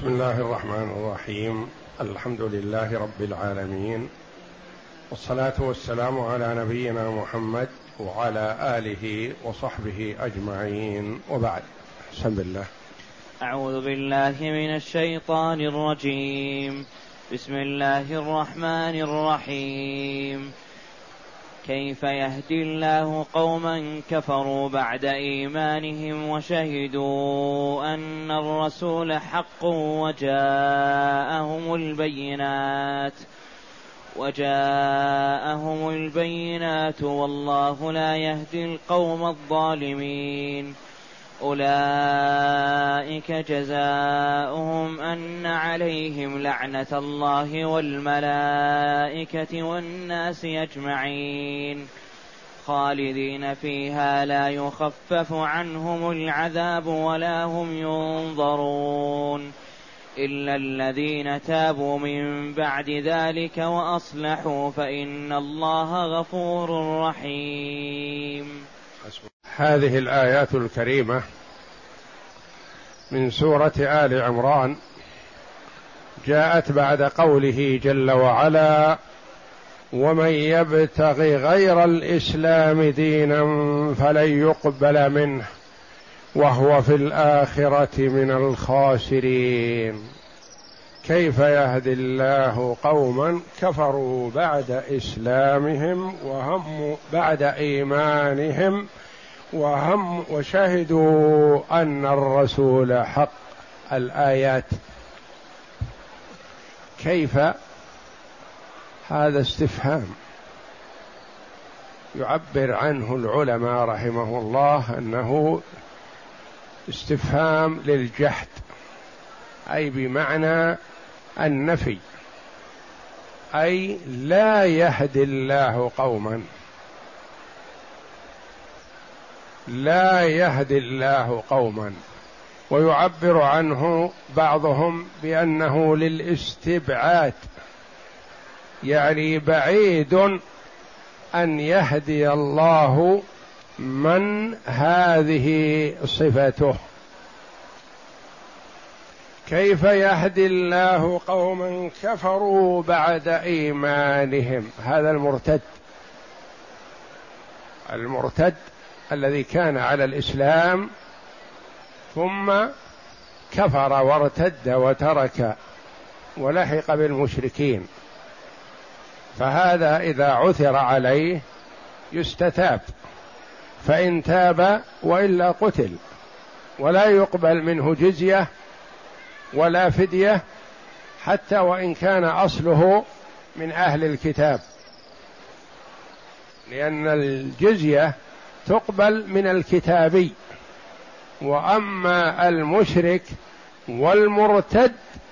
بسم الله الرحمن الرحيم. الحمد لله رب العالمين، والصلاة والسلام على نبينا محمد وعلى آله وصحبه أجمعين، وبعد. بسم الله. أعوذ بالله من الشيطان الرجيم. بسم الله الرحمن الرحيم. كيف يهدي الله قوما كفروا بعد إيمانهم وشهدوا أن الرسول حق وجاءهم البينات والله لا يهدي القوم الظالمين. أولئك جزاؤهم أن عليهم لعنة الله والملائكة والناس أجمعين خالدين فيها لا يخفف عنهم العذاب ولا هم ينظرون إلا الذين تابوا من بعد ذلك وأصلحوا فإن الله غفور رحيم. هذه الآيات الكريمة من سورة آل عمران جاءت بعد قوله جل وعلا: ومن يبتغ غير الإسلام دينا فلن يقبل منه وهو في الآخرة من الخاسرين. كيف يهدي الله قوما كفروا بعد إسلامهم وهم بعد إيمانهم وشهدوا أن الرسول حق. الآيات كيف؟ هذا استفهام يعبر عنه العلماء رحمه الله أنه استفهام للجحد، أي بمعنى النفي، أي لا يهدي الله قوما، لا يهدي الله قوما. ويعبر عنه بعضهم بأنه للاستبعاد، يعني بعيد أن يهدي الله من هذه صفته. كيف يهدي الله قوما كفروا بعد إيمانهم؟ هذا المرتد الذي كان على الإسلام ثم كفر وارتد وترك ولحق بالمشركين، فهذا إذا عثر عليه يستتاب، فإن تاب وإلا قتل، ولا يقبل منه جزية ولا فدية حتى وإن كان أصله من أهل الكتاب، لأن الجزية تقبل من الكتابي، وأما المشرك والمرتد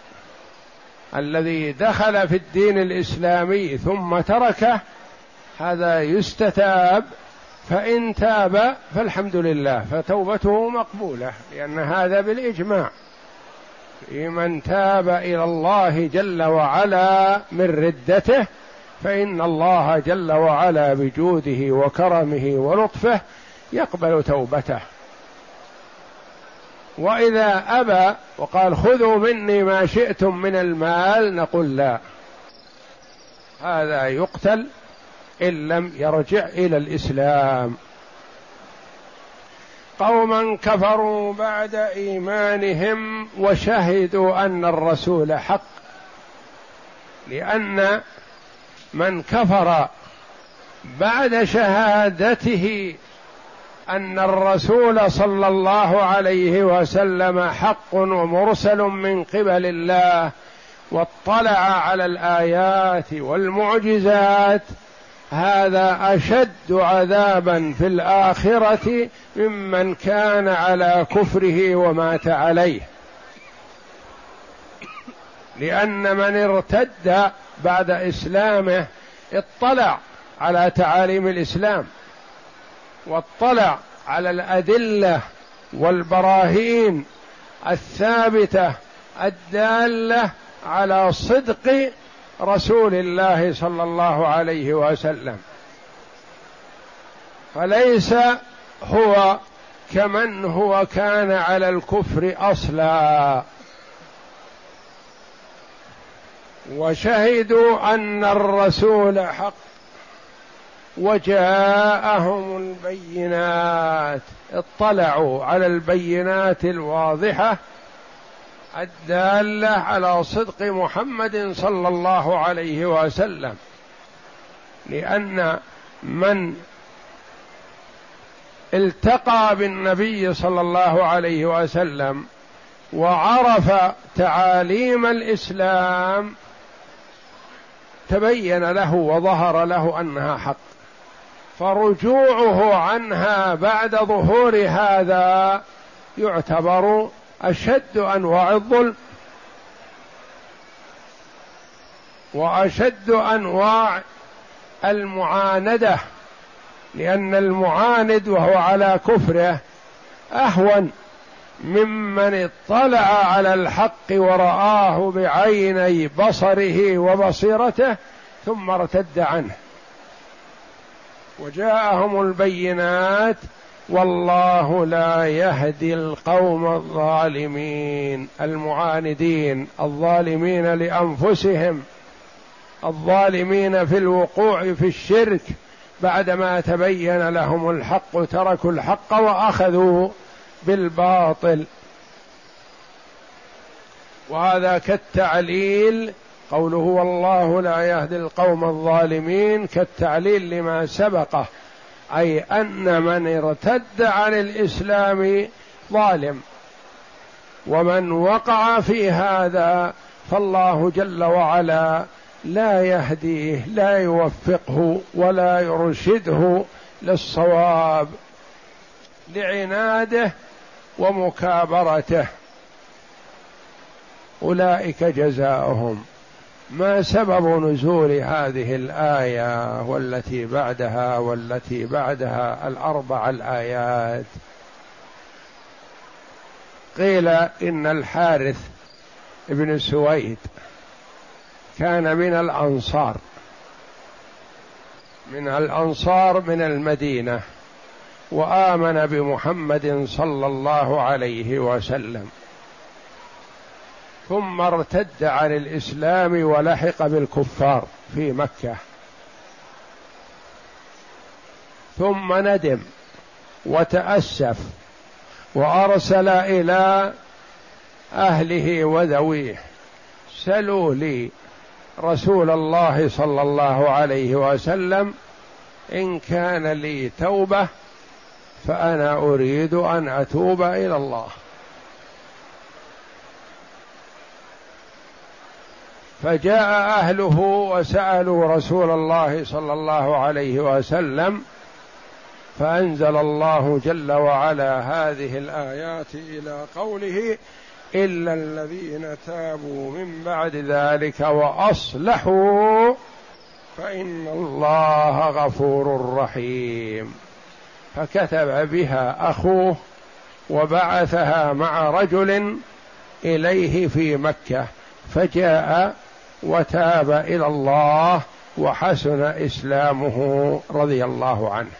الذي دخل في الدين الإسلامي ثم تركه هذا يستتاب، فإن تاب فالحمد لله فتوبته مقبولة، لأن هذا بالإجماع من تاب إلى الله جل وعلا من ردته فإن الله جل وعلا بجوده وكرمه ولطفه يقبل توبته. وإذا أبى وقال خذوا مني ما شئتم من المال نقول لا، هذا يقتل إن لم يرجع إلى الإسلام. قوما كفروا بعد إيمانهم وشهدوا أن الرسول حق، لأن من كفر بعد شهادته أن الرسول صلى الله عليه وسلم حق ومرسل من قبل الله واطلع على الآيات والمعجزات، هذا أشد عذابا في الآخرة ممن كان على كفره ومات عليه، لأن من ارتد بعد إسلامه اطلع على تعاليم الإسلام واطلع على الأدلة والبراهين الثابتة الدالة على صدق رسول الله صلى الله عليه وسلم، فليس هو كمن هو كان على الكفر أصلا. وشهدوا أن الرسول حق وجاءهم البينات، اطلعوا على البينات الواضحة الدالة على صدق محمد صلى الله عليه وسلم، لأن من التقى بالنبي صلى الله عليه وسلم وعرف تعاليم الإسلام تبين له وظهر له أنها حق، فرجوعه عنها بعد ظهور هذا يعتبر أشد أنواع الظلم وأشد أنواع المعاندة، لأن المعاند وهو على كفره أهون ممن اطلع على الحق ورآه بعيني بصره وبصيرته ثم ارتد عنه. وجاءهم البينات والله لا يهدي القوم الظالمين، المعاندين الظالمين لأنفسهم، الظالمين في الوقوع في الشرك بعدما تبين لهم الحق تركوا الحق وأخذوا بالباطل. وهذا كالتعليل، قوله والله لا يهدي القوم الظالمين كالتعليل لما سبقه، أي أن من ارتد عن الإسلام ظالم، ومن وقع في هذا فالله جل وعلا لا يهديه، لا يوفقه ولا يرشده للصواب لعناده ومكابرته. أولئك جزاؤهم. ما سبب نزول هذه الآية والتي بعدها والتي بعدها الأربع الآيات؟ قيل إن الحارث ابن سويد كان من الأنصار من المدينة، وآمن بمحمد صلى الله عليه وسلم، ثم ارتد عن الإسلام ولحق بالكفار في مكة، ثم ندم وتأسف وأرسل إلى أهله وذويه: سلوا لي رسول الله صلى الله عليه وسلم إن كان لي توبة فأنا أريد أن أتوب إلى الله. فجاء أهله وسألوا رسول الله صلى الله عليه وسلم، فأنزل الله جل وعلا هذه الآيات إلى قوله: إلا الذين تابوا من بعد ذلك وأصلحوا فإن الله غفور رحيم. فكتب بها أخوه وبعثها مع رجل إليه في مكة، فجاء وتاب إلى الله وحسن إسلامه رضي الله عنه.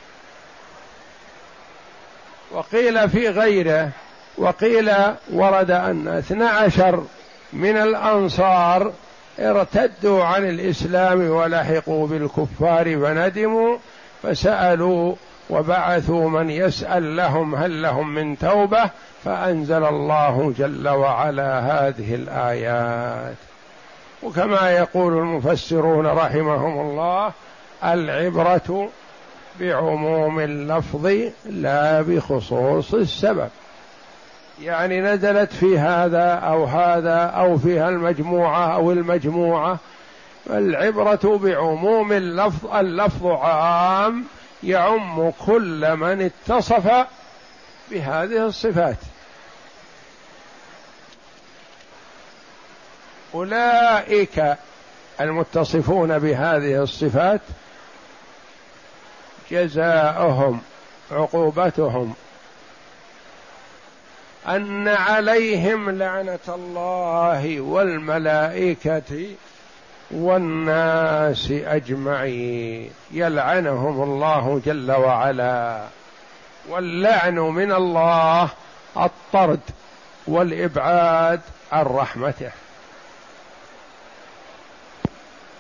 وقيل في غيره، وقيل ورد أن 12 من الأنصار ارتدوا عن الإسلام ولحقوا بالكفار فندموا، فسألوا وبعثوا من يسأل لهم هل لهم من توبة، فأنزل الله جل وعلا هذه الآيات. وكما يقول المفسرون رحمهم الله: العبرة بعموم اللفظ لا بخصوص السبب، يعني نزلت في هذا أو هذا أو فيها المجموعة أو المجموعة. العبرة بعموم اللفظ، اللفظ عام يعم كل من اتصف بهذه الصفات. أولئك المتصفون بهذه الصفات جزاؤهم، عقوبتهم أن عليهم لعنة الله والملائكة والناس أجمعين، يلعنهم الله جل وعلا. واللعن من الله الطرد والإبعاد عن رحمته.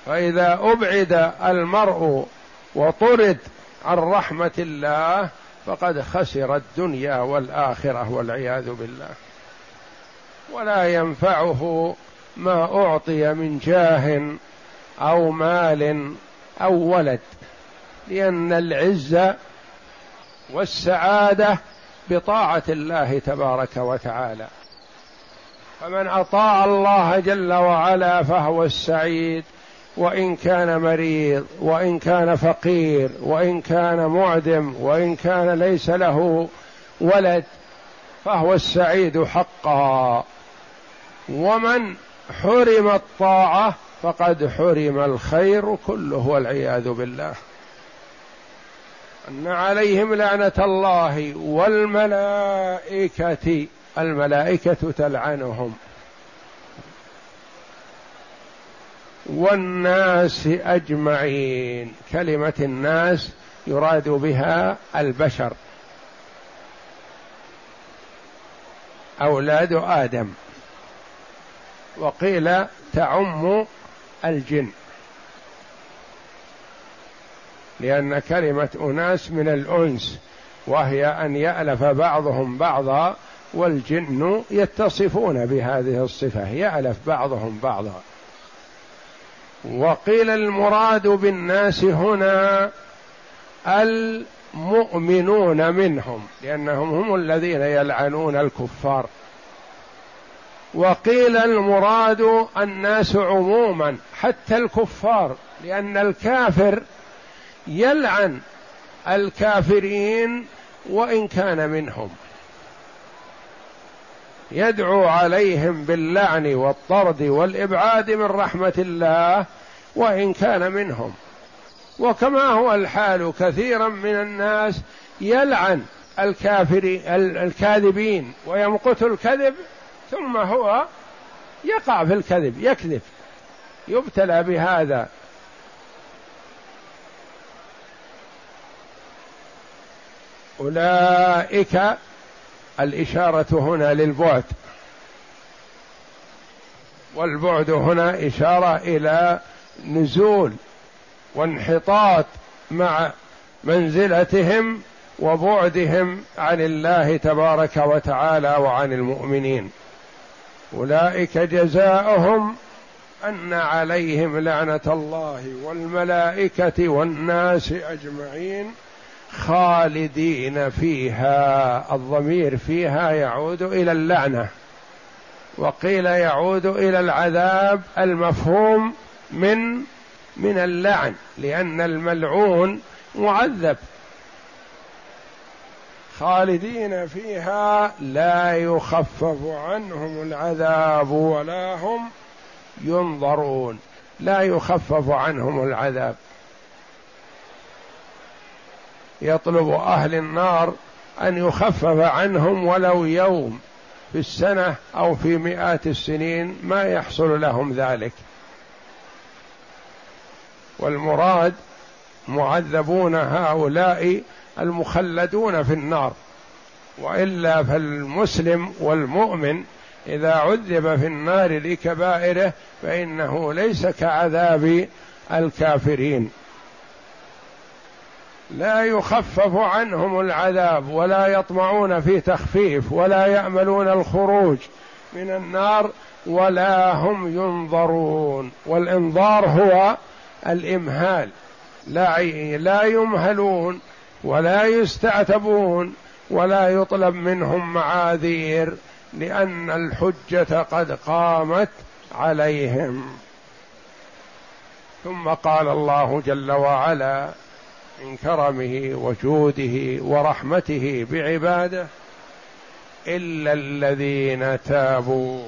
فإذا أبعد المرء وطرد عن رحمة الله فقد خسر الدنيا والآخرة والعياذ بالله. ولا ينفعه ما أعطي من جاه أو مال أو ولد، لأن العزة والسعادة بطاعة الله تبارك وتعالى. فمن أطاع الله جل وعلا فهو السعيد، وإن كان مريض، وإن كان فقير، وإن كان معدم، وإن كان ليس له ولد، فهو السعيد حقا. ومن حرم الطاعة فقد حرم الخير كله والعياذ بالله. أن عليهم لعنة الله والملائكة، الملائكة تلعنهم، والناس أجمعين. كلمة الناس يراد بها البشر، أولاد آدم، وقيل تعم الجن، لأن كلمة أناس من الأنس، وهي أن يألف بعضهم بعضا، والجن يتصفون بهذه الصفة، يألف بعضهم بعضا. وقيل المراد بالناس هنا المؤمنون منهم، لأنهم هم الذين يلعنون الكفار. وقيل المراد الناس عموما حتى الكفار، لأن الكافر يلعن الكافرين وإن كان منهم، يدعو عليهم باللعن والطرد والإبعاد من رحمة الله وإن كان منهم. وكما هو الحال كثيرا من الناس يلعن الكاذبين ويمقت الكذب، ثم هو يقع في الكذب، يكذب، يبتلى بهذا. أولئك، الإشارة هنا للبعد، والبعد هنا إشارة إلى نزول وانحطاط مع منزلتهم وبعدهم عن الله تبارك وتعالى وعن المؤمنين. أولئك جزاؤهم أن عليهم لعنة الله والملائكة والناس أجمعين خالدين فيها. الضمير فيها يعود إلى اللعنة، وقيل يعود إلى العذاب المفهوم من اللعن، لأن الملعون معذب. خالدين فيها لا يخفف عنهم العذاب ولا هم ينظرون، لا يخفف عنهم العذاب. يطلب أهل النار أن يخفف عنهم ولو يوم في السنة أو في مئات السنين، ما يحصل لهم ذلك. والمراد معذبون هؤلاء المخلدون في النار، وإلا فالمسلم والمؤمن إذا عذب في النار لكبائره فإنه ليس كعذاب الكافرين. لا يخفف عنهم العذاب ولا يطمعون في تخفيف ولا يأملون الخروج من النار ولا هم ينظرون. والإنظار هو الإمهال، لا يمهلون ولا يستعتبون ولا يطلب منهم معاذير، لأن الحجة قد قامت عليهم. ثم قال الله جل وعلا من كرمه وجوده ورحمته بعباده: إلا الذين تابوا.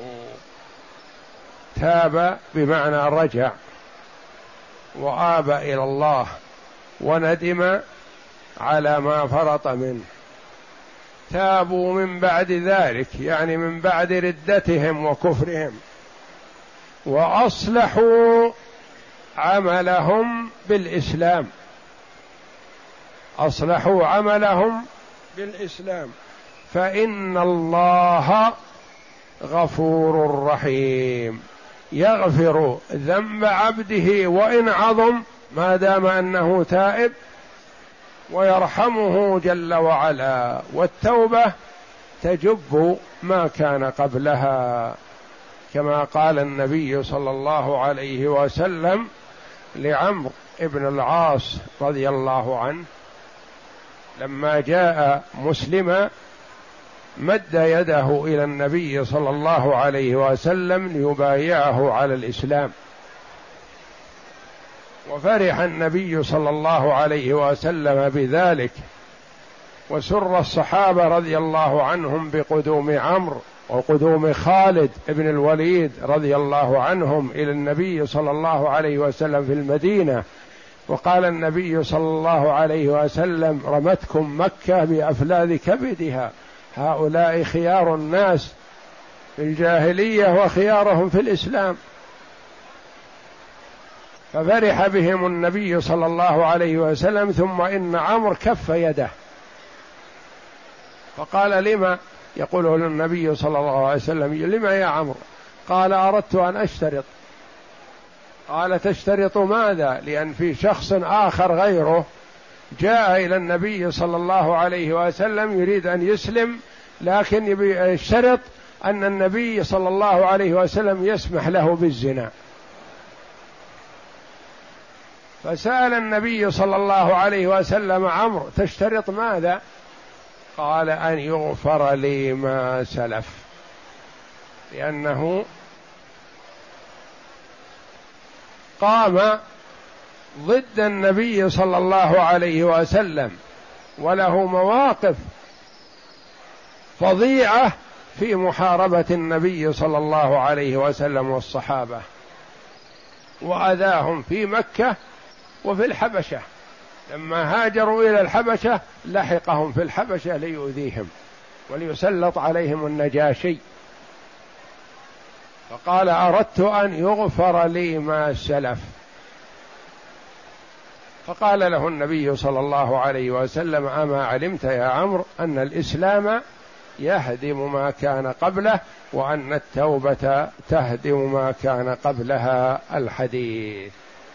تاب بمعنى رجع وآب إلى الله وندم على ما فرط منه. تابوا من بعد ذلك، يعني من بعد ردتهم وكفرهم، وأصلحوا عملهم بالإسلام، أصلحوا عملهم بالإسلام، فإن الله غفور رحيم. يغفر ذنب عبده وإن عظم ما دام أنه تائب، ويرحمه جل وعلا. والتوبة تجب ما كان قبلها، كما قال النبي صلى الله عليه وسلم لعمرو بن العاص رضي الله عنه لما جاء مسلما مد يده إلى النبي صلى الله عليه وسلم ليبايعه على الإسلام، وفرح النبي صلى الله عليه وسلم بذلك، وسر الصحابة رضي الله عنهم بقدوم عمرو وقدوم خالد بن الوليد رضي الله عنهم إلى النبي صلى الله عليه وسلم في المدينة. وقال النبي صلى الله عليه وسلم: رمتكم مكة بأفلاذ كبدها، هؤلاء خيار الناس في الجاهلية وخيارهم في الإسلام. ففرح بهم النبي صلى الله عليه وسلم. ثم إن عمرو كف يده فقال: لما؟ يقول النبي صلى الله عليه وسلم: لما يا عمرو؟ قال: أردت أن أشترط. قال: تشترط ماذا؟ لأن في شخص آخر غيره جاء إلى النبي صلى الله عليه وسلم يريد أن يسلم، لكن يشترط أن النبي صلى الله عليه وسلم يسمح له بالزنا. فسأل النبي صلى الله عليه وسلم عمرو: تشترط ماذا؟ قال: أن يغفر لي ما سلف، لأنه قام ضد النبي صلى الله عليه وسلم، وله مواقف فظيعة في محاربة النبي صلى الله عليه وسلم والصحابة، وأذاهم في مكة وفي الحبشة. لما هاجروا إلى الحبشة لحقهم في الحبشة ليؤذيهم وليسلط عليهم النجاشي. فقال: أردت أن يغفر لي ما سلف. فقال له النبي صلى الله عليه وسلم: أما علمت يا عمرو أن الإسلام يهدم ما كان قبله، وأن التوبة تهدم ما كان قبلها؟ الحديث.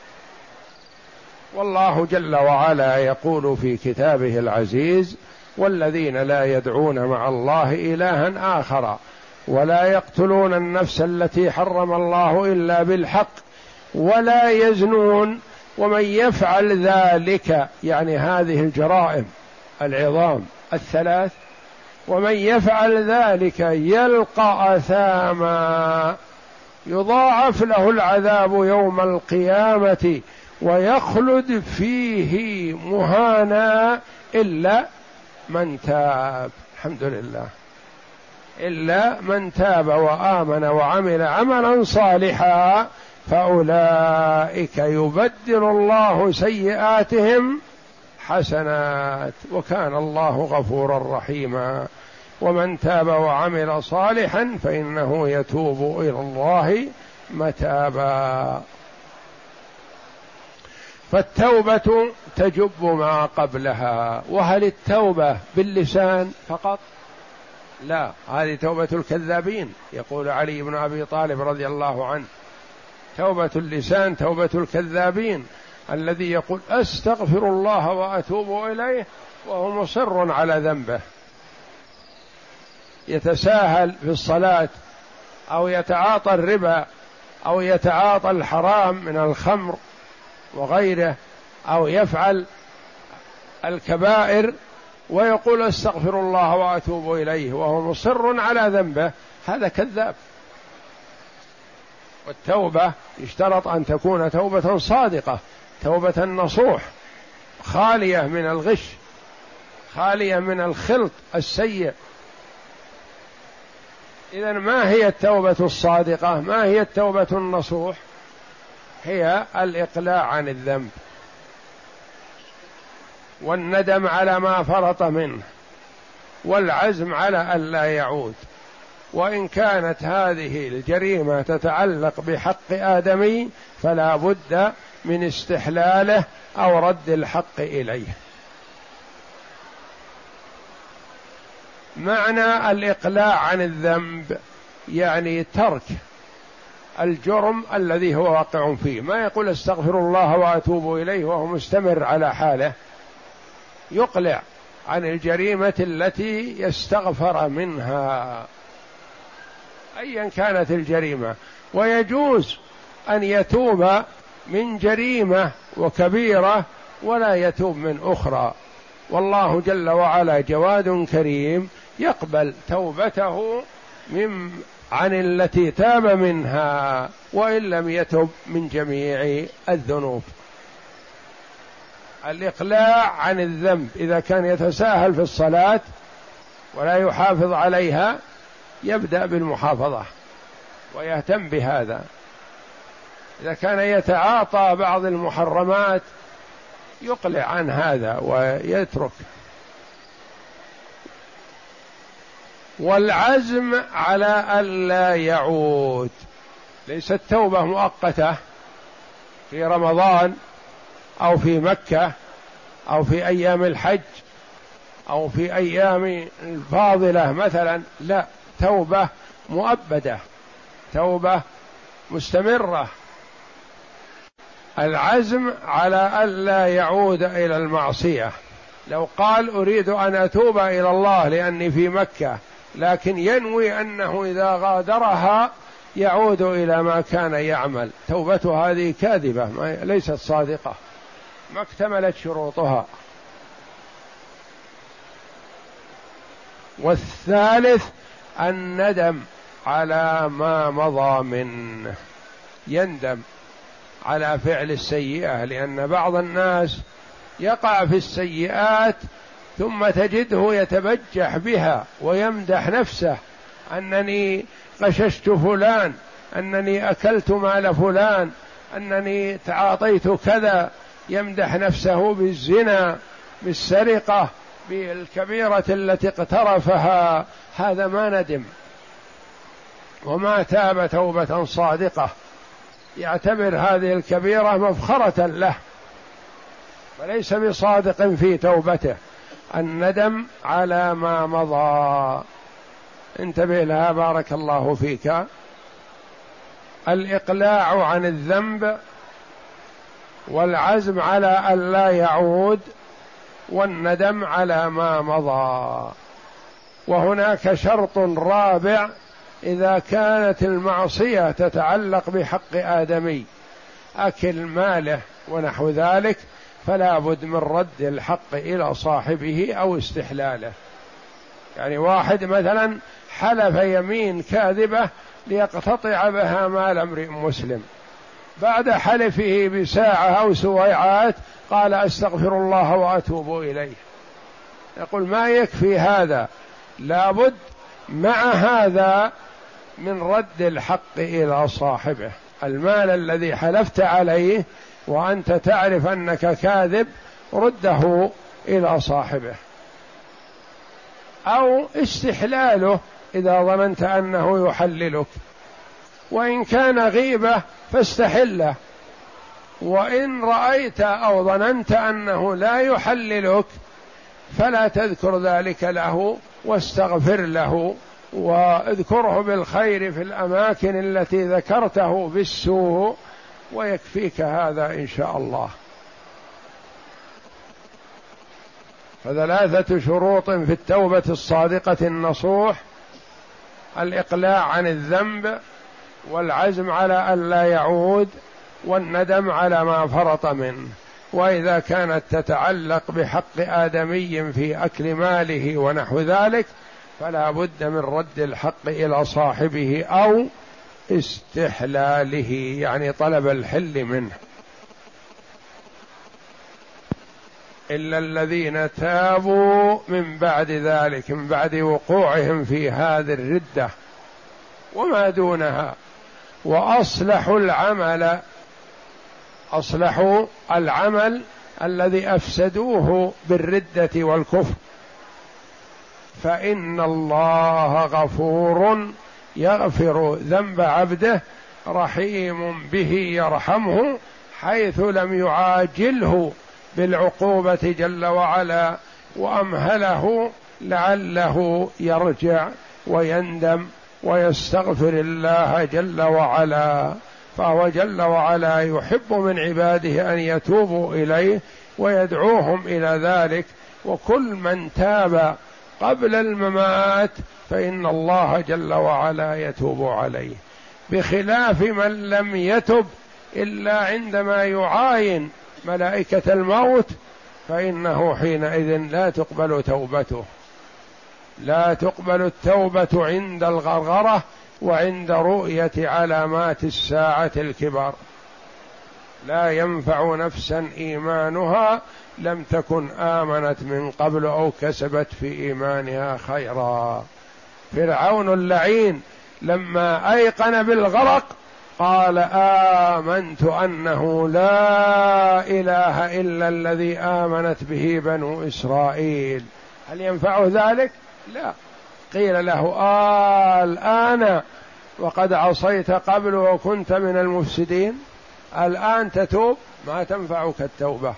والله جل وعلا يقول في كتابه العزيز: والذين لا يدعون مع الله إلها آخر ولا يقتلون النفس التي حرم الله إلا بالحق ولا يزنون ومن يفعل ذلك، يعني هذه الجرائم العظام الثلاث، ومن يفعل ذلك يلقى أثاما يضاعف له العذاب يوم القيامة ويخلد فيه مهانا إلا من تاب. الحمد لله. إلا من تاب وآمن وعمل عملا صالحا فأولئك يبدل الله سيئاتهم حسنات وكان الله غفورا رحيما. ومن تاب وعمل صالحا فإنه يتوب إلى الله متابا. فالتوبة تجب ما قبلها. وهل التوبة باللسان فقط؟ لا، هذه توبة الكذابين. يقول علي بن أبي طالب رضي الله عنه: توبة اللسان توبة الكذابين، الذي يقول أستغفر الله وأتوب إليه وهو مصر على ذنبه، يتساهل في الصلاة أو يتعاطى الربا أو يتعاطى الحرام من الخمر وغيره أو يفعل الكبائر ويقول أستغفر الله وأتوب إليه وهو مصر على ذنبه، هذا كذاب. والتوبة يشترط أن تكون توبة صادقة، توبة نصوح، خالية من الغش، خالية من الخلط السيء. إذن ما هي التوبة الصادقة؟ ما هي التوبة النصوح؟ هي الإقلاع عن الذنب والندم على ما فرط منه والعزم على ألا يعود. وإن كانت هذه الجريمة تتعلق بحق آدمي فلا بد من استحلاله أو رد الحق إليه. معنى الإقلاع عن الذنب يعني ترك الجرم الذي هو واقع فيه، ما يقول استغفر الله وأتوب إليه وهو مستمر على حاله، يقلع عن الجريمة التي يستغفر منها أيا كانت الجريمة. ويجوز أن يتوب من جريمة وكبيرة ولا يتوب من أخرى، والله جل وعلا جواد كريم يقبل توبته عن التي تاب منها وإن لم يتب من جميع الذنوب. الإقلاع عن الذنب إذا كان يتساهل في الصلاة ولا يحافظ عليها يبدأ بالمحافظة ويهتم بهذا. إذا كان يتعاطى بعض المحرمات يقلع عن هذا ويترك. والعزم على ألا يعود، ليست توبة مؤقتة في رمضان أو في مكة أو في أيام الحج أو في أيام الفاضلة مثلا، لا، توبة مؤبدة، توبة مستمرة. العزم على ألا يعود إلى المعصية، لو قال أريد أن أتوب إلى الله لأني في مكة، لكن ينوي أنه إذا غادرها يعود إلى ما كان يعمل، توبته هذه كاذبة، ليست صادقة، ما اكتملت شروطها. والثالث الندم على ما مضى منه، يندم على فعل السيئة، لأن بعض الناس يقع في السيئات ثم تجده يتبجح بها ويمدح نفسه، أنني غششت فلان، أنني أكلت مال فلان، أنني تعاطيت كذا، يمدح نفسه بالزنا، بالسرقة، بالكبيرة التي اقترفها، هذا ما ندم وما تاب توبة صادقة، يعتبر هذه الكبيرة مفخرة له وليس بصادق في توبته. الندم على ما مضى، انتبه لها بارك الله فيك. الإقلاع عن الذنب، والعزم على ألا يعود، والندم على ما مضى. وهناك شرط رابع إذا كانت المعصية تتعلق بحق آدمي، أكل ماله ونحو ذلك، فلا بد من رد الحق إلى صاحبه أو استحلاله. يعني واحد مثلا حلف يمين كاذبة ليقتطع بها مال امرئ مسلم، بعد حلفه بساعة أو سويعات قال أستغفر الله وأتوب إليه، يقول ما يكفي هذا، لابد مع هذا من رد الحق إلى صاحبه. المال الذي حلفت عليه وأنت تعرف أنك كاذب رده إلى صاحبه، أو استحلاله إذا ظننت أنه يحللك، وإن كان غيبة فاستحله، وإن رأيت أو ظننت أنه لا يحللك فلا تذكر ذلك له واستغفر له، واذكره بالخير في الأماكن التي ذكرته بالسوء، ويكفيك هذا إن شاء الله. فثلاثة شروط في التوبة الصادقة النصوح: الإقلاع عن الذنب، والعزم على ألا يعود، والندم على ما فرط منه. وإذا كانت تتعلق بحق آدمي في أكل ماله ونحو ذلك فلا بد من رد الحق إلى صاحبه أو استحلاله، يعني طلب الحل منه. إلا الذين تابوا من بعد ذلك، من بعد وقوعهم في هذه الردة وما دونها، وأصلحوا العمل، أصلحوا العمل الذي أفسدوه بالردة والكفر، فإن الله غفور يغفر ذنب عبده رحيم به يرحمه، حيث لم يعاجله بالعقوبة جل وعلا وأمهله لعله يرجع ويندم ويستغفر الله جل وعلا، فهو جل وعلا يحب من عباده أن يتوبوا إليه ويدعوهم إلى ذلك. وكل من تاب قبل الممات فإن الله جل وعلا يتوب عليه، بخلاف من لم يتب إلا عندما يعاين ملائكة الموت، فإنه حينئذ لا تقبل توبته، لا تقبل التوبة عند الغرغرة وعند رؤية علامات الساعة الكبر. لا ينفع نفسا إيمانها لم تكن آمنت من قبل أو كسبت في إيمانها خيرا. فرعون اللعين لما أيقن بالغرق قال آمنت أنه لا إله إلا الذي آمنت به بنو إسرائيل. هل ينفع ذلك؟ لا. قيل له الآن وقد عصيت قبل وكنت من المفسدين، الآن تتوب؟ ما تنفعك التوبة.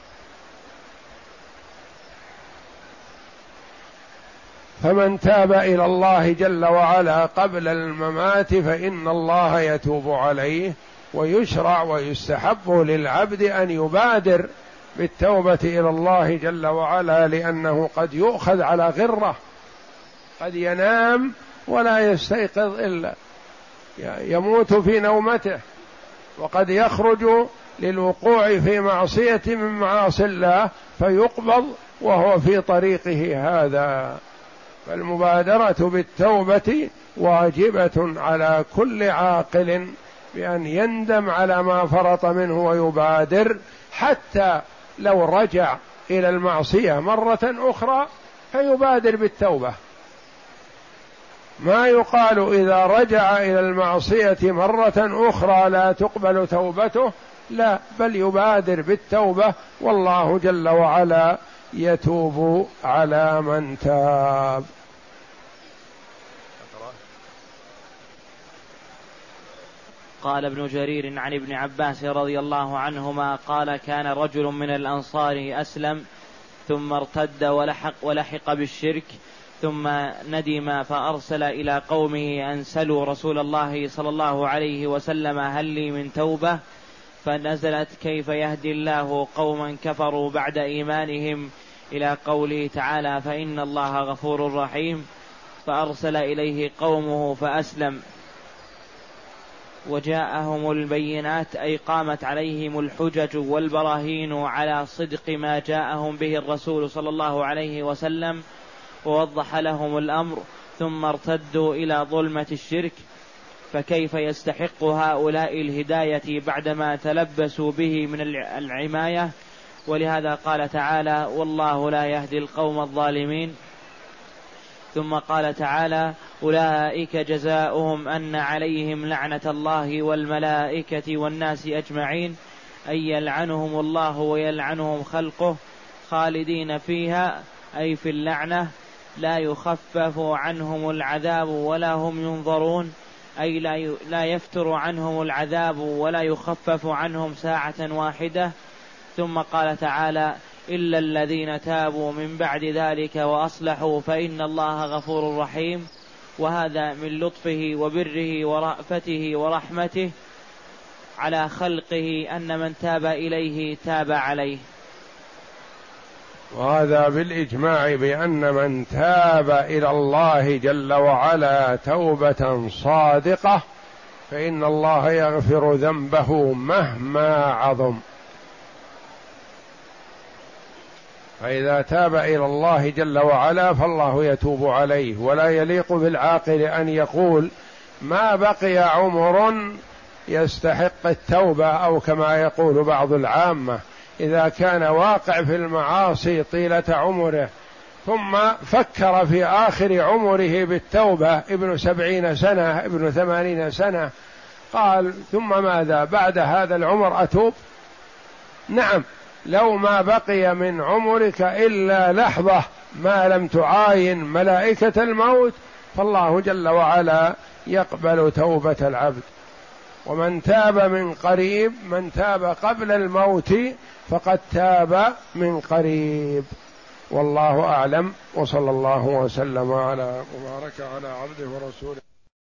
فمن تاب إلى الله جل وعلا قبل الممات فإن الله يتوب عليه. ويشرع ويستحب للعبد أن يبادر بالتوبة إلى الله جل وعلا، لأنه قد يؤخذ على غرة، قد ينام ولا يستيقظ إلا يموت في نومته، وقد يخرج للوقوع في معصية من معاصي الله فيقبض وهو في طريقه هذا. فالمبادرة بالتوبة واجبة على كل عاقل بأن يندم على ما فرط منه ويبادر، حتى لو رجع إلى المعصية مرة أخرى فيبادر بالتوبة. ما يقال إذا رجع إلى المعصية مرة أخرى لا تقبل توبته، لا، بل يبادر بالتوبة، والله جل وعلا يتوب على من تاب. قال ابن جرير عن ابن عباس رضي الله عنهما قال كان رجل من الأنصار أسلم ثم ارتد ولحق بالشرك ثم ندم فأرسل إلى قومه أن سلوا رسول الله صلى الله عليه وسلم هل لي من توبة؟ فنزلت كيف يهدي الله قوما كفروا بعد إيمانهم إلى قوله تعالى فإن الله غفور رحيم، فأرسل إليه قومه فأسلم وجاءهم البينات أي قامت عليهم الحجج والبراهين على صدق ما جاءهم به الرسول صلى الله عليه وسلم، ووضح لهم الأمر، ثم ارتدوا إلى ظلمة الشرك، فكيف يستحق هؤلاء الهداية بعدما تلبسوا به من العماية؟ ولهذا قال تعالى والله لا يهدي القوم الظالمين. ثم قال تعالى أولئك جزاؤهم أن عليهم لعنة الله والملائكة والناس أجمعين، أي يلعنهم الله ويلعنهم خلقه خالدين فيها أي في اللعنة، لا يخفف عنهم العذاب ولا هم ينظرون، أي لا يفتر عنهم العذاب ولا يخفف عنهم ساعة واحدة. ثم قال تعالى إلا الذين تابوا من بعد ذلك وأصلحوا فإن الله غفور رحيم. وهذا من لطفه وبره ورأفته ورحمته على خلقه أن من تاب إليه تاب عليه. وهذا بالإجماع بأن من تاب إلى الله جل وعلا توبة صادقة فإن الله يغفر ذنبه مهما عظم. فإذا تاب إلى الله جل وعلا فالله يتوب عليه. ولا يليق بالعاقل أن يقول ما بقي عمر يستحق التوبة، أو كما يقول بعض العامة إذا كان واقع في المعاصي طيلة عمره ثم فكر في آخر عمره بالتوبة، ابن 70 سنة ابن 80 سنة، قال ثم ماذا بعد هذا العمر أتوب؟ نعم، لو ما بقي من عمرك إلا لحظة ما لم تعاين ملائكة الموت فالله جل وعلا يقبل توبة العبد. ومن تاب من قريب، من تاب قبل الموت فقد تاب من قريب. والله أعلم، وصلى الله وسلم على وبارك على عبده ورسوله.